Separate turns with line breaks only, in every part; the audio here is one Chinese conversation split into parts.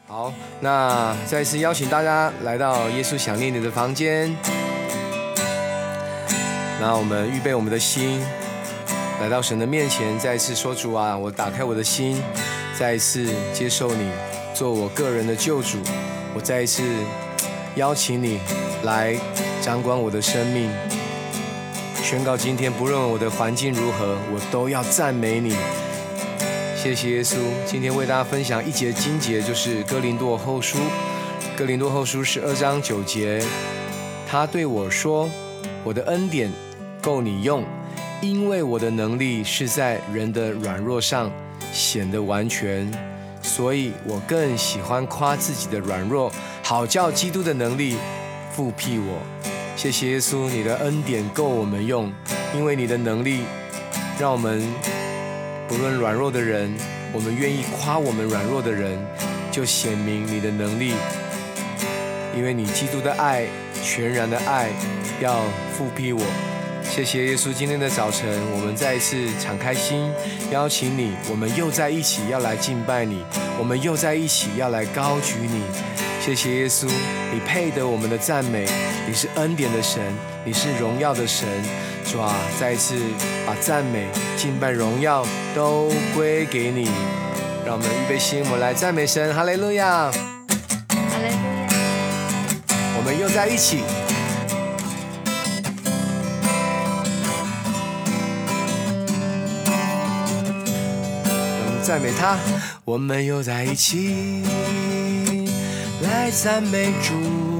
好，那再次邀请大家来到耶稣想念你的房间。那我们预备我们的心，来到神的面前，再一次说：主啊，我打开我的心，再一次接受你做我个人的救主。我再一次邀请你来掌管我的生命，宣告今天不论我的环境如何，我都要赞美你。谢谢耶稣。今天为大家分享一节经节，就是哥林多后书12章9节。他对我说：我的恩典够你用，因为我的能力是在人的软弱上显得完全，所以我更喜欢夸自己的软弱，好叫基督的能力复辟我。谢谢耶稣，你的恩典够我们用，因为你的能力让我们不论软弱的人，我们愿意夸我们软弱的人，就显明你的能力。因为你基督的爱，全然的爱要复辟我。谢谢耶稣，今天的早晨我们再一次敞开心，邀请你，我们又在一起要来敬拜你，我们又在一起要来高举你。谢谢耶稣，你配得我们的赞美，你是恩典的神，你是荣耀的神。主啊，再一次把赞美、敬拜、荣耀都归给你。让我们预备心，我们来赞美神，哈利路亚，
哈利路亚。
我们又在一起。赞美他，我们又在一起来赞美主，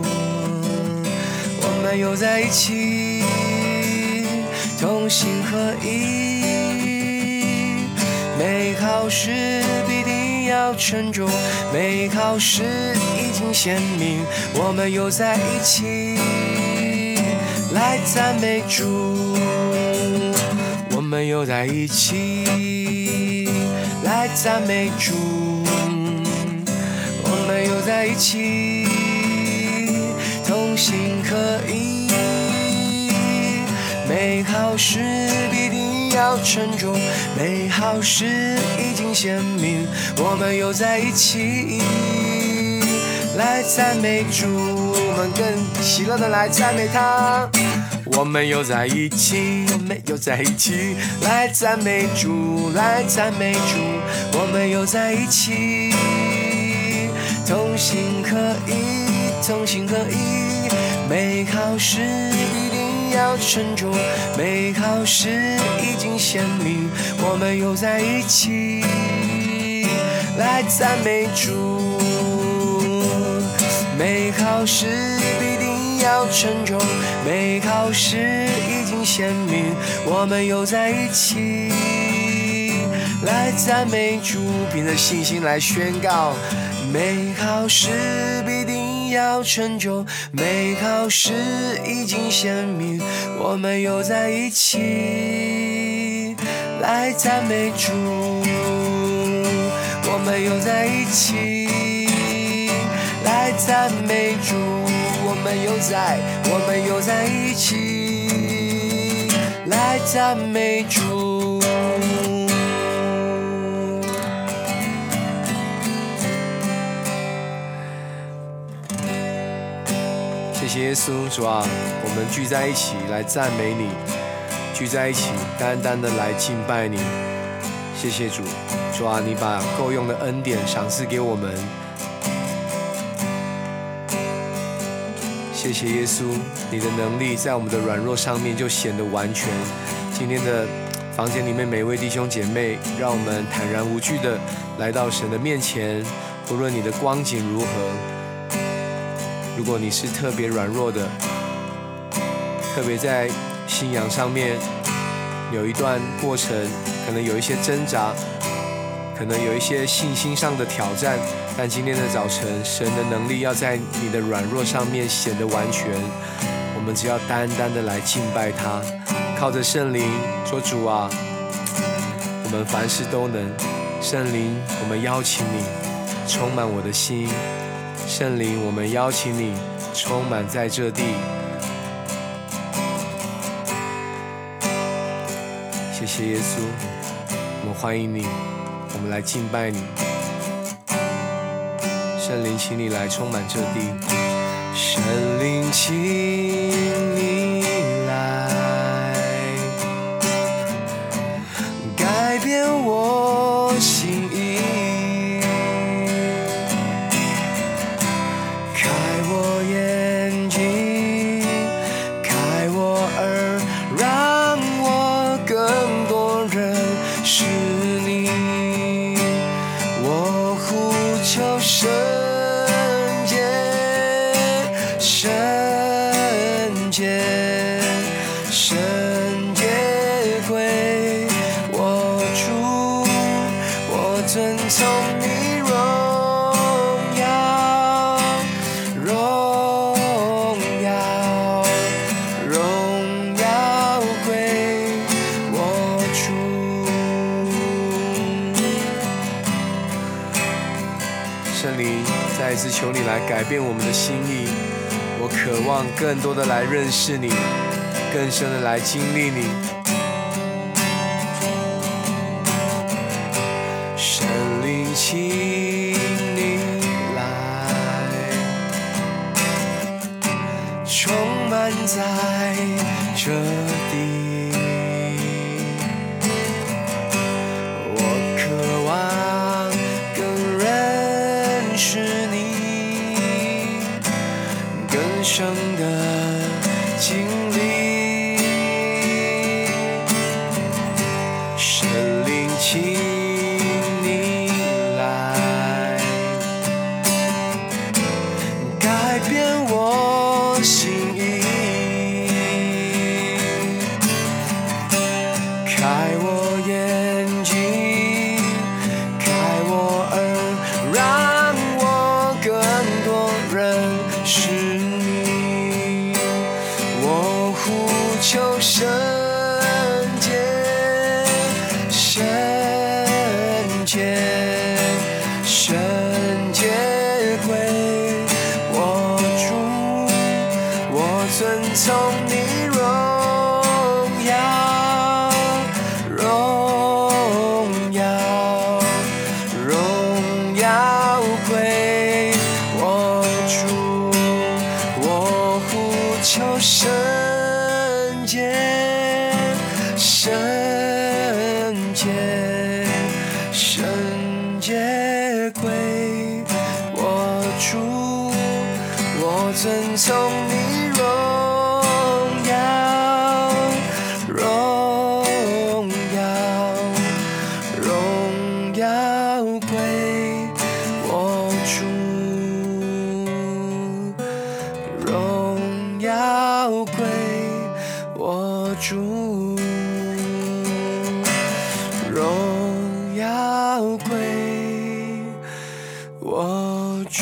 我们又在一起同心合一。美好事必定要成就，美好事已经显明，我们又在一起来赞美主，我们又在一起来赞美主，我们又在一起同心合一。美好事必定要成就，美好事已经显明，我们又在一起来赞美主，我们更喜乐的来赞美他。我们又在一起，我们又在一起来赞美主，来赞美主，我们又在一起同心合一，同心合一。美好事一定要成就，美好事已经显明，我们又在一起来赞美主。美好事必定要成就，美好事已经显明，我们又在一起来赞美主，凭着信心来宣告。美好事必定要成就，美好事已经显明，我们又在一起来赞美主，我们又在一起来赞美主，我们又在一起来赞美主。谢谢耶稣，主啊，我们聚在一起来赞美你，聚在一起单单的来敬拜你。谢谢主，主啊，你把够用的恩典赏赐给我们。谢谢耶稣，你的能力在我们的软弱上面就显得完全。今天的房间里面每位弟兄姐妹，让我们坦然无惧的来到神的面前，不论你的光景如何，如果你是特别软弱的，特别在信仰上面有一段过程，可能有一些挣扎，可能有一些信心上的挑战，但今天的早晨，神的能力要在你的软弱上面显得完全。我们只要单单的来敬拜他，靠着圣灵说：主啊，我们凡事都能。圣灵，我们邀请你充满我的心。圣灵，我们邀请你充满在这地。谢谢耶稣，我们欢迎你，我们来敬拜你。 圣灵，请你来充满这地。圣灵，请你来改变我心意，开我眼睛，开我耳，让我更多认识你。我呼求圣洁，圣洁，圣洁归我主，我遵从你荣耀，荣耀，荣耀归我主。圣灵，再一次求你来改变我们的心意，我渴望更多的来认识你，更深的来经历你。圣灵，请你来充满在这地，我渴望更认识你，更深的经历。圣灵，请你来改变我心意，开我眼睛，开我耳，让我更多认识你。我呼求圣洁，圣洁，圣洁归我主，我遵从你荣耀，荣耀，荣耀归我主，我呼求圣洁，圣洁，圣洁归我主，我遵从你荣耀，荣耀，荣耀归我主，荣耀归我主，荣耀归我主。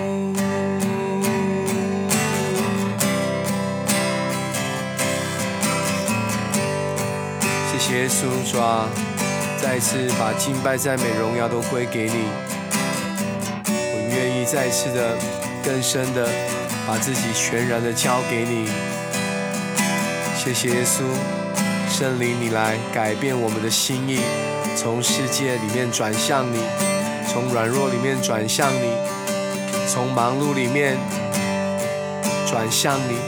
谢谢耶稣，主啊，再一次把敬拜、赞美、荣耀都归给你。我愿意再一次的、更深的把自己全然的交给你。谢谢耶稣，圣灵，你来改变我们的心意，从世界里面转向你，从软弱里面转向你，从忙碌里面转向你。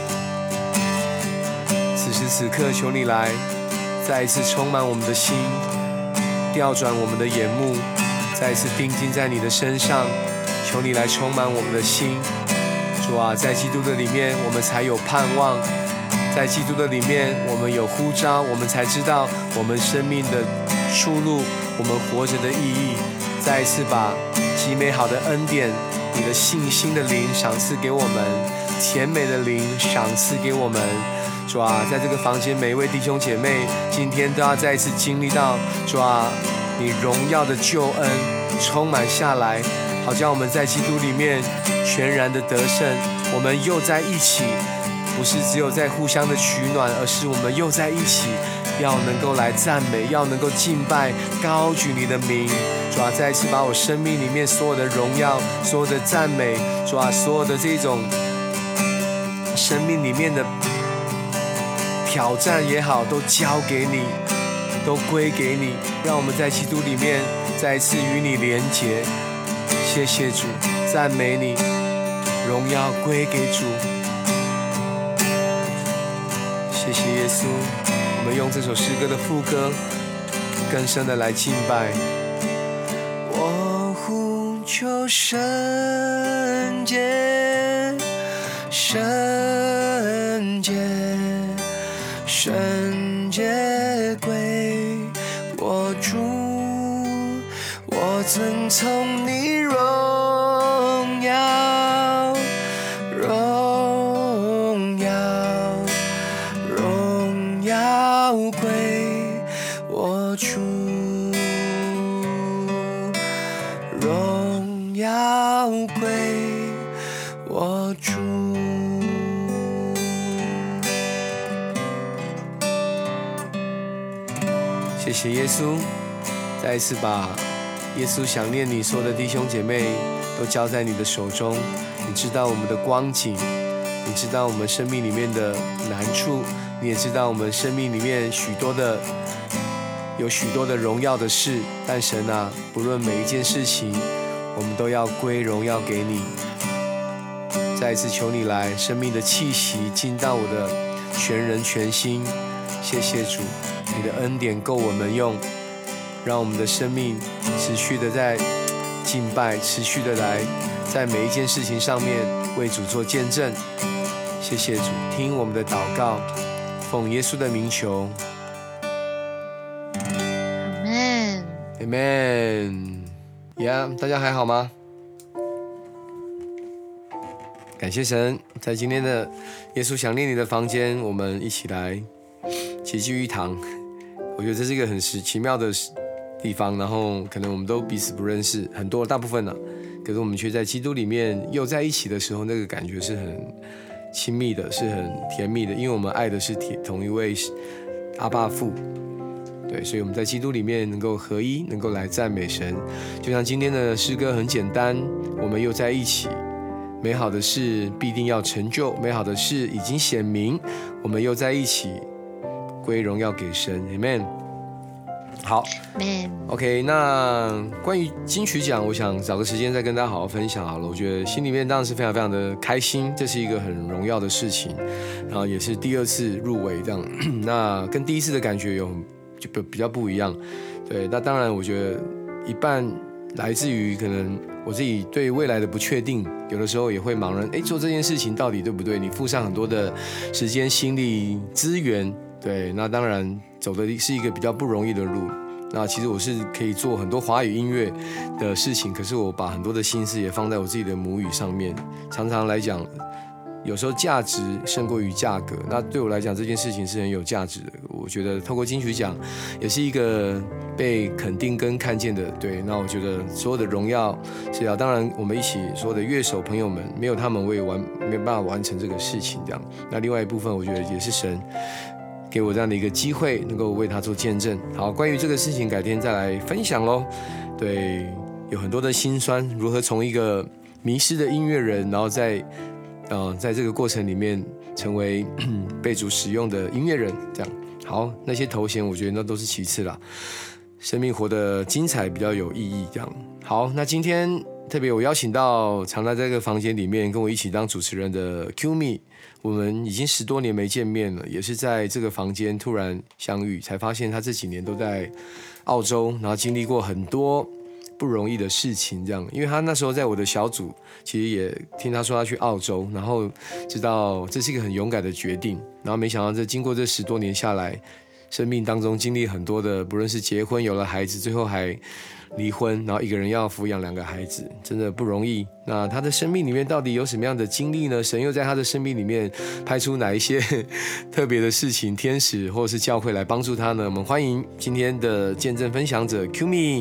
此时此刻，求你来再一次充满我们的心，调转我们的眼目，再一次定睛在你的身上。求你来充满我们的心。主啊，在基督的里面，我们才有盼望；在基督的里面，我们有呼召，我们才知道我们生命的出路，我们活着的意义。再一次把极美好的恩典，你的信心的灵赏赐给我们，甜美的灵赏赐给我们。主啊，在这个房间每一位弟兄姐妹今天都要再一次经历到，主啊，你荣耀的救恩充满下来，好叫我们在基督里面全然的得胜。我们又在一起，不是只有在互相的取暖，而是我们又在一起，要能够来赞美，要能够敬拜，高举你的名。主啊，再一次把我生命里面所有的荣耀，所有的赞美，主啊，所有的这种生命里面的挑战也好，都交给你，都归给你，让我们在基督里面再一次与你连结。谢谢主， 赞美你，荣耀归给主。谢谢耶稣，我们用这首诗歌的副歌更深的来敬拜。我呼求圣洁，圣洁，圣洁归我主，我遵从你荣耀，荣耀，荣耀归我主，荣耀归我主。谢谢耶稣，再一次把耶稣想念你所有的弟兄姐妹都交在你的手中。你知道我们的光景，你知道我们生命里面的难处，你也知道我们生命里面有许多的荣耀的事。但神啊，不论每一件事情，我们都要归荣耀给你。再一次求你来，生命的气息进到我的全人全心。谢谢主，你的恩典够我们用，让我们的生命持续的在敬拜，持续的来在每一件事情上面为主做见证。谢谢主，听我们的祷告，奉耶稣的名求。
Amen。
Amen。大家还好吗？感谢神，在今天的耶稣想念你的房间，我们一起来齐聚一堂。我觉得这是一个很奇妙的地方，然后可能我们都彼此不认识，大部分可是我们却在基督里面又在一起的时候，那个感觉是很亲密的，是很甜蜜的，因为我们爱的是同一位阿爸父。对，所以我们在基督里面能够合一，能够来赞美神。就像今天的诗歌很简单，我们又在一起，美好的事必定要成就，美好的事已经显明，我们又在一起，归荣耀给神。 Amen。 好
Amen。
OK， 那关于金曲奖，我想找个时间再跟大家好好分享好了。我觉得心里面当然是非常非常的开心，这是一个很荣耀的事情，然后也是第2次入围这样那跟第1次的感觉就比较不一样。对，那当然我觉得一半来自于可能我自己对未来的不确定，有的时候也会茫然，做这件事情到底对不对？你付上很多的时间、心力、资源，对，那当然走的是一个比较不容易的路。那其实我是可以做很多华语音乐的事情，可是我把很多的心思也放在我自己的母语上面。常常来讲，有时候价值胜过于价格。那对我来讲，这件事情是很有价值的。我觉得透过金曲奖，也是一个被肯定跟看见的。对，那我觉得所有的荣耀是要，当然我们一起所有的乐手朋友们，没有他们我也没办法完成这个事情这样。那另外一部分，我觉得也是神给我这样的一个机会，能够为他做见证。好，关于这个事情，改天再来分享咯。对，有很多的辛酸，如何从一个迷失的音乐人，然后在这个过程里面成为被主使用的音乐人，这样。好，那些头衔我觉得那都是其次啦，生命活得精彩比较有意义，这样。好，那今天特别我邀请到常在这个房间里面跟我一起当主持人的 QME， 我们已经10多年没见面了，也是在这个房间突然相遇，才发现他这几年都在澳洲，然后经历过很多不容易的事情，这样。因为他那时候在我的小组，其实也听他说他去澳洲，然后知道这是一个很勇敢的决定，然后没想到经过这10多年下来，生命当中经历很多的，不论是结婚有了孩子，最后还离婚，然后一个人要抚养2个孩子，真的不容易。那他的生命里面到底有什么样的经历呢？神又在他的生命里面拍出哪一些特别的事情，天使或者是教会来帮助他呢？我们欢迎今天的见证分享者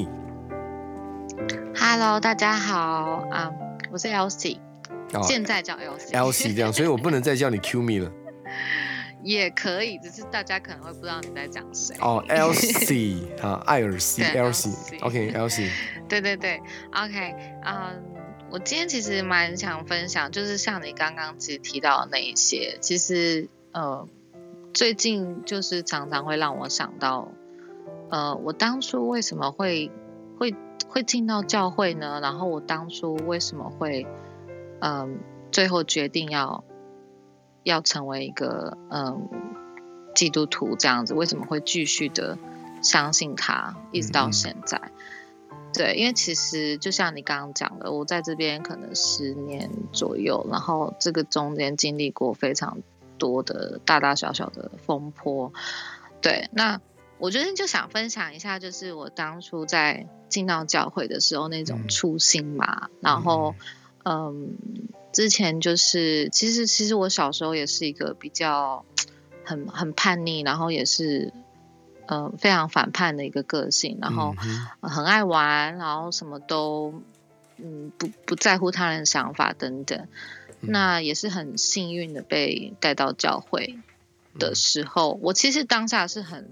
QME。Hello， 大家好，我是 Elsie，现在叫
Elsie 这样，所以我不能再叫你 QME 了。
也可以，只是大家可能会不知道你在讲谁。
Elsie 艾尔西 Elsie，OK Elsie。
对对对 ，OK， 我今天其实蛮想分享，就是像你刚刚其实提到的那一些，其实最近就是常常会让我想到，我当初为什么会会进到教会呢？然后我当初为什么会最后决定要成为一个基督徒这样子？为什么会继续的相信他，一直到现在？对，因为其实就像你刚刚讲的，我在这边可能10年左右，然后这个中间经历过非常多的大大小小的风波。对，那我觉得就想分享一下，就是我当初在进到教会的时候那种初心嘛。然后之前就是其实我小时候也是一个比较很叛逆，然后也是非常反叛的一个个性，然后很爱玩，然后什么都不在乎他人想法等等。那也是很幸运的被带到教会的时候，我其实当下是很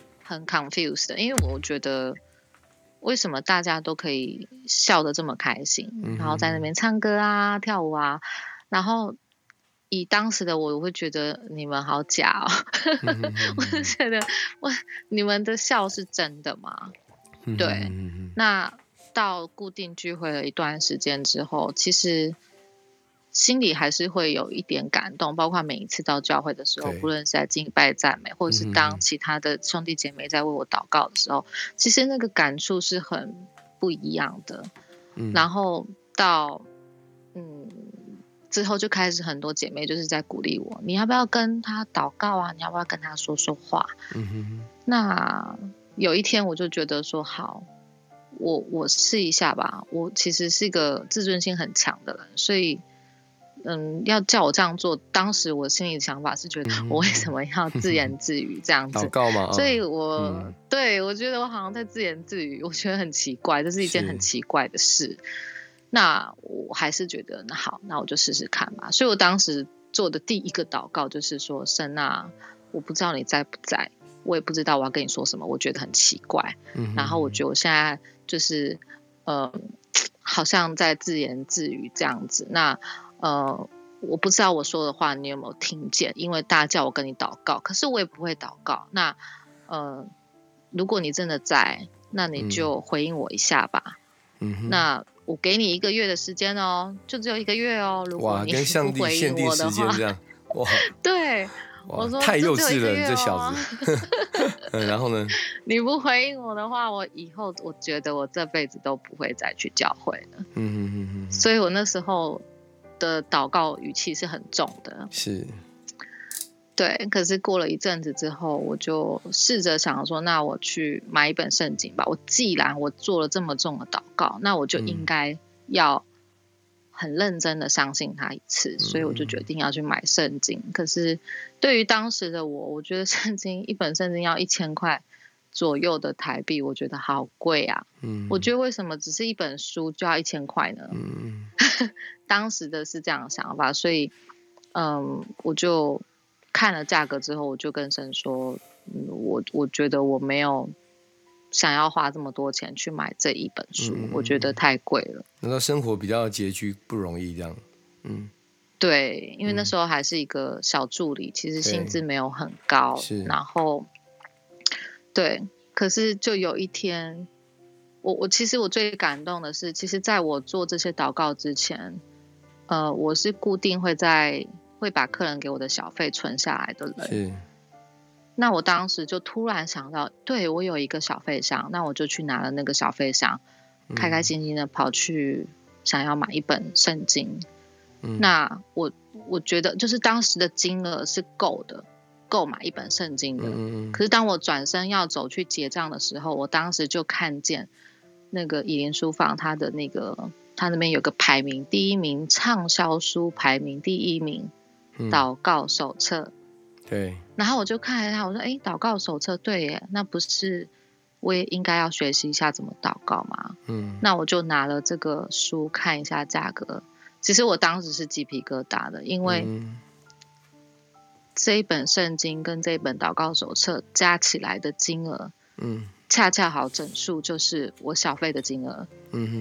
confused 的，因为我觉得为什么大家都可以笑得这么开心，然后在那边唱歌啊跳舞啊，然后以当时的我会觉得你们好假哦。我就觉得你们的笑是真的吗？对，那到固定聚会了一段时间之后，其实心里还是会有一点感动，包括每一次到教会的时候，不论是在敬拜赞美，或者是当其他的兄弟姐妹在为我祷告的时候，其实那个感触是很不一样的。然后到之后就开始很多姐妹就是在鼓励我，你要不要跟他祷告啊？你要不要跟他说说话？那有一天我就觉得说好，我试一下吧。我其实是一个自尊心很强的人，所以要叫我这样做，当时我心里的想法是觉得我为什么要自言自语这样子？
祷告吗？
所以对，我觉得我好像在自言自语，我觉得很奇怪，这是一件很奇怪的事。那我还是觉得那好，那我就试试看吧。所以我当时做的第一个祷告就是说，神啊，我不知道你在不在，我也不知道我要跟你说什么，我觉得很奇怪。然后我觉得我现在就是好像在自言自语这样子。那我不知道我说的话你有没有听见，因为大家叫我跟你祷告，可是我也不会祷告。那如果你真的在，那你就回应我一下吧。那我给你1个月的时间哦，就只有1个月哦。如果你不回应我的话，
哇，
对，我说
太幼稚了，
你
这小子。然后呢？
你不回应我的话，我以后我觉得我这辈子都不会再去教会了。所以我那时候的祷告语气是很重的。
是。
对，可是过了一阵子之后，我就试着想说，那我去买一本圣经吧。我既然我做了这么重的祷告，那我就应该要很认真的相信他一次。所以我就决定要去买圣经。可是对于当时的我觉得一本圣经要1000块左右的台币，我觉得好贵啊。我觉得为什么只是一本书就要1000块呢？当时的是这样的想法，所以我就看了价格之后，我就跟神说，我觉得我没有想要花这么多钱去买这一本书，我觉得太贵了。
那生活比较拮据，不容易这样。
对，因为那时候还是一个小助理，其实薪资没有很高。然后对，可是就有一天，其实我最感动的是，其实在我做这些祷告之前，我是固定会把客人给我的小费存下来的人。
是。
那我当时就突然想到，对，我有一个小费箱，那我就去拿了那个小费箱，开开心心的跑去想要买一本圣经。那我觉得就是当时的金额是够的，够买一本圣经的。可是当我转身要走去结账的时候，我当时就看见那个以琳书房他那边有个排名，第1名畅销书排名第1名。祷告手册。
对。
然后我就看了一下，我说祷告手册，对耶，那不是我也应该要学习一下怎么祷告吗？那我就拿了这个书看一下价格。其实我当时是鸡皮疙瘩的，因为这一本圣经跟这一本祷告手册加起来的金额恰恰好整数就是我小费的金额。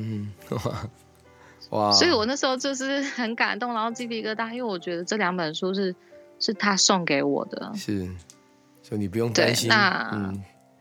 哇！所以我那时候就是很感动，然后鸡皮疙瘩，因为我觉得这2本书是他送给我的。
是，所以你不用担心。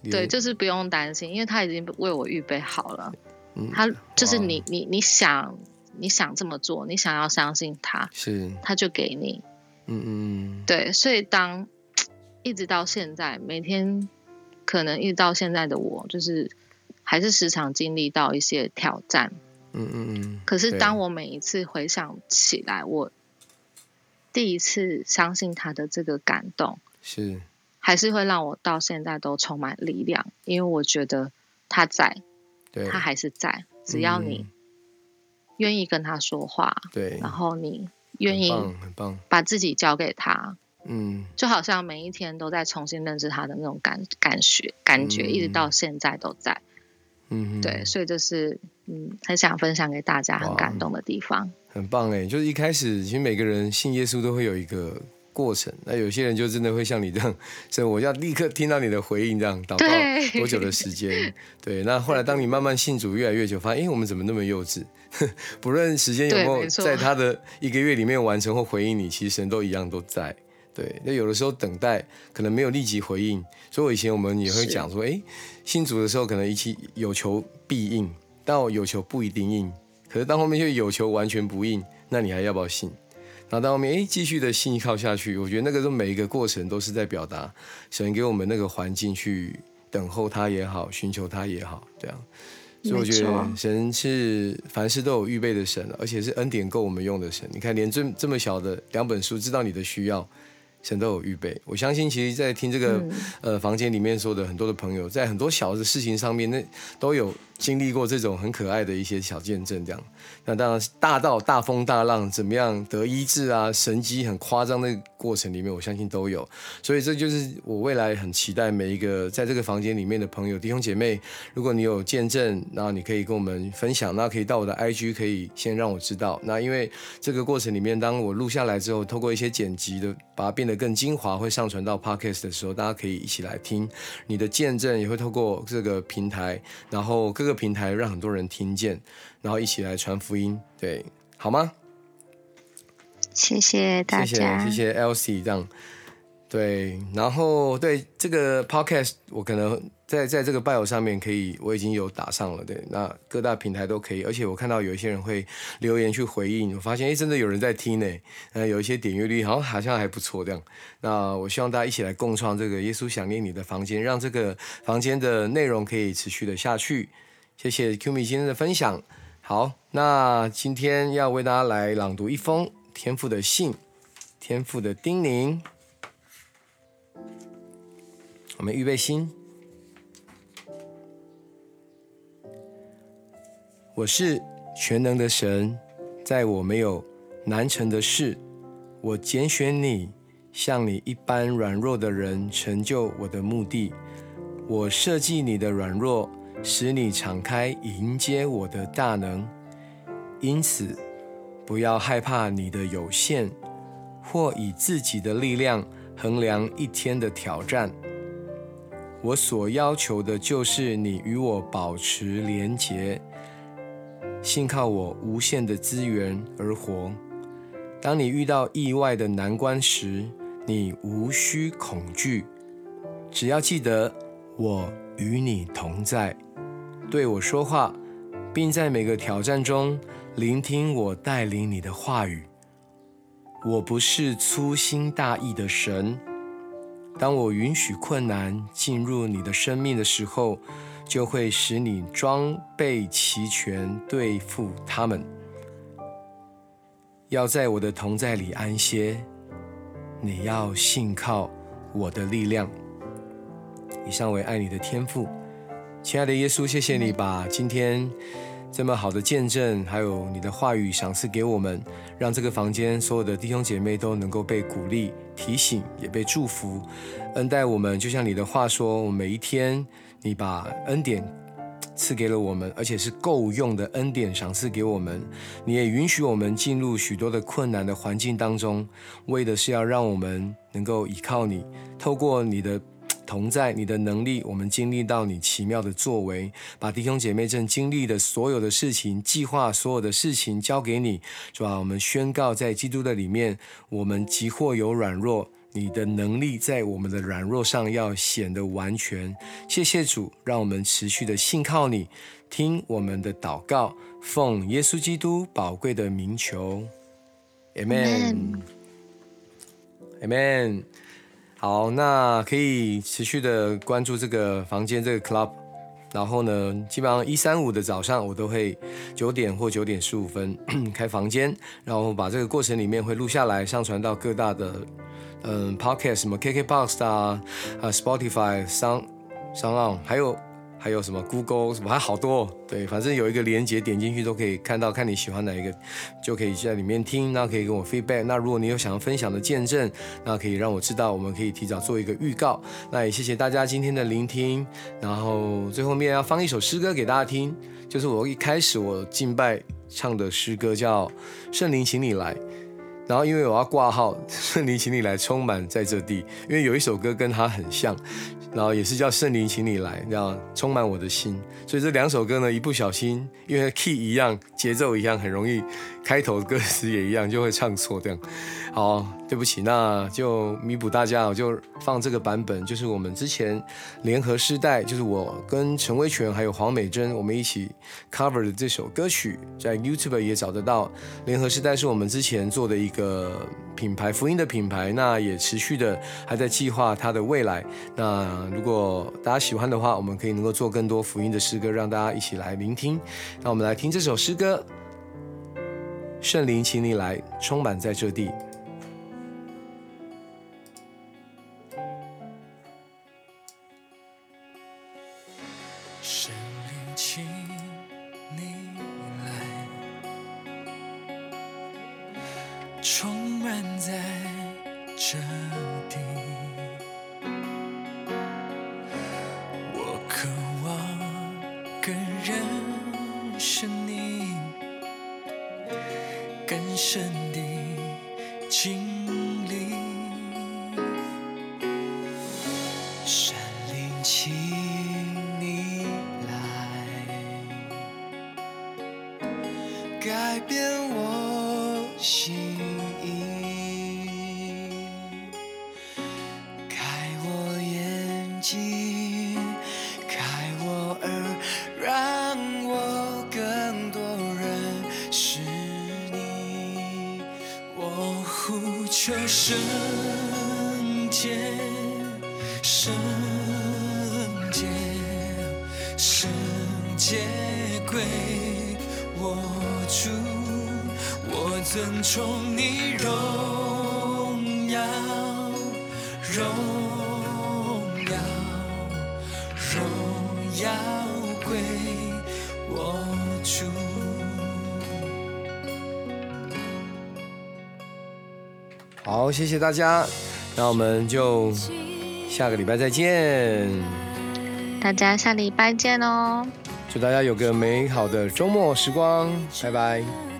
对，就是不用担心，因为他已经为我预备好了。
嗯，
他就是你想这么做，你想要相信他，
是
他就给你。对，所以一直到现在，每天可能一直到现在的我，就是还是时常经历到一些挑战。可是当我每一次回想起来，我第一次相信他的这个感动，
是
还是会让我到现在都充满力量，因为我觉得他在，他还是在，只要你愿意跟他说话，
对，
然后你愿意
很棒
把自己交给他，就好像每一天都在重新认识他的那种感觉，一直到现在都在。对，所以这是很想分享给大家很感动的地方。
很棒哎，就是一开始其实每个人信耶稣都会有一个过程，那有些人就真的会像你这样，所以我要立刻听到你的回应，这样祷告多久的时间？对，那后来当你慢慢信主越来越久，发现我们怎么那么幼稚？不论时间有没有在他的1个月里面完成或回应你，其实神都一样都在。对，那有的时候等待可能没有立即回应，所以以前我们也会讲说，信主的时候可能一起有求必应，但有求不一定应。可是当后面就有求完全不应，那你还要不要信？然后到后面继续的信靠下去，我觉得那个每一个过程都是在表达神给我们那个环境去等候他也好，寻求他也好，这样。所以我觉得神是凡事都有预备的神，而且是恩典够我们用的神。你看连这么小的2本书，知道你的需要，神都有预备。我相信其实在听这个房间里面说的很多的朋友，在很多小的事情上面，那都有经历过这种很可爱的一些小见证，这样。那当然大到大风大浪怎么样得医治啊，神迹很夸张的过程里面，我相信都有。所以这就是我未来很期待每一个在这个房间里面的朋友弟兄姐妹，如果你有见证，那你可以跟我们分享，那可以到我的 IG 可以先让我知道。那因为这个过程里面，当我录下来之后，透过一些剪辑的把它变得更精华，会上传到 Podcast 的时候，大家可以一起来听你的见证，也会透过这个平台，然后各个平台让很多人听见，然后一起来传福音，对，好吗？
谢谢大家，
谢谢 Elsie 这样，对，然后对这个 Podcast 我可能在这个 bio 上面我已经有打上了，对，那各大平台都可以，而且我看到有一些人会留言去回应，我发现真的有人在听呢，有一些点阅率好像还不错这样。那我希望大家一起来共创这个耶稣想念你的房间，让这个房间的内容可以持续的下去。谢谢 Q 米今天的分享。好，那今天要为大家来朗读一封天父的信，天父的叮咛。我们预备心。我是全能的神，在我没有难成的事，我拣选你，像你一般软弱的人，成就我的目的。我设计你的软弱，使你敞开迎接我的大能。因此，不要害怕你的有限，或以自己的力量衡量一天的挑战。我所要求的就是你与我保持连结，信靠我无限的资源而活。当你遇到意外的难关时，你无需恐惧，只要记得我与你同在，对我说话，并在每个挑战中聆听我带领你的话语。我不是粗心大意的神，当我允许困难进入你的生命的时候，就会使你装备齐全对付他们。要在我的同在里安歇，你要信靠我的力量。以上为爱你的天父。亲爱的耶稣，谢谢你把今天这么好的见证还有你的话语赏赐给我们，让这个房间所有的弟兄姐妹都能够被鼓励提醒，也被祝福恩待我们。就像你的话说，我们每一天你把恩典赐给了我们，而且是够用的恩典赏赐给我们。你也允许我们进入许多的困难的环境当中，为的是要让我们能够依靠你，透过你的同在，你的能力，我们经历到你奇妙的作为，把弟兄姐妹正经历的所有的事情，计划所有的事情交给你，主啊，我们宣告在基督的里面，我们即或有软弱， 你的能力在我们的软弱上要显得完全。谢谢主，让我们持续的信靠你，听我们的祷告，奉耶稣基督宝贵的名求 Amen Amen。 好，那可以持续的关注这个房间这个 club， 然后呢基本上135的早上我都会9点或9点15分开房间，然后把这个过程里面会录下来上传到各大的podcast， 什么 KKBOX 啊Spotify SoundOn， 还有什么 Google 什么，还好多对，反正有一个连结点进去都可以看到，看你喜欢哪一个就可以在里面听，那可以跟我 feedback。那如果你有想要分享的见证，那可以让我知道，我们可以提早做一个预告。那也谢谢大家今天的聆听，然后最后面要放一首诗歌给大家听，就是我一开始我敬拜唱的诗歌叫《圣灵请你来》。然后因为我要挂号圣灵请你来充满在这地，因为有一首歌跟它很像，然后也是叫圣灵请你来，这样充满我的心。所以这2首歌呢，一不小心因为 key 一样节奏一样，很容易开头歌词也一样，就会唱错这样。好，对不起，那就弥补大家，我就放这个版本，就是我们之前联合世代，就是我跟陈威全还有黄美珍我们一起 cover 的这首歌曲，在 YouTube 也找得到。联合世代是我们之前做的一个品牌，福音的品牌，那也持续的还在计划它的未来。那如果大家喜欢的话，我们可以能够做更多福音的诗歌，让大家一起来聆听。那我们来听这首诗歌，圣灵请你来充满在这地。
圣灵请你来充满在这地，我渴望更认识你，更深地经历。圣灵请你改变我心意，开我眼睛，开我耳，让我更多认识你。我呼求圣洁，圣洁，圣洁归我主，我尊崇你荣耀，荣耀，荣耀归我主。
好，谢谢大家，那我们就下个礼拜再见。
大家下礼拜见哦。
祝大家有个美好的周末时光，拜拜。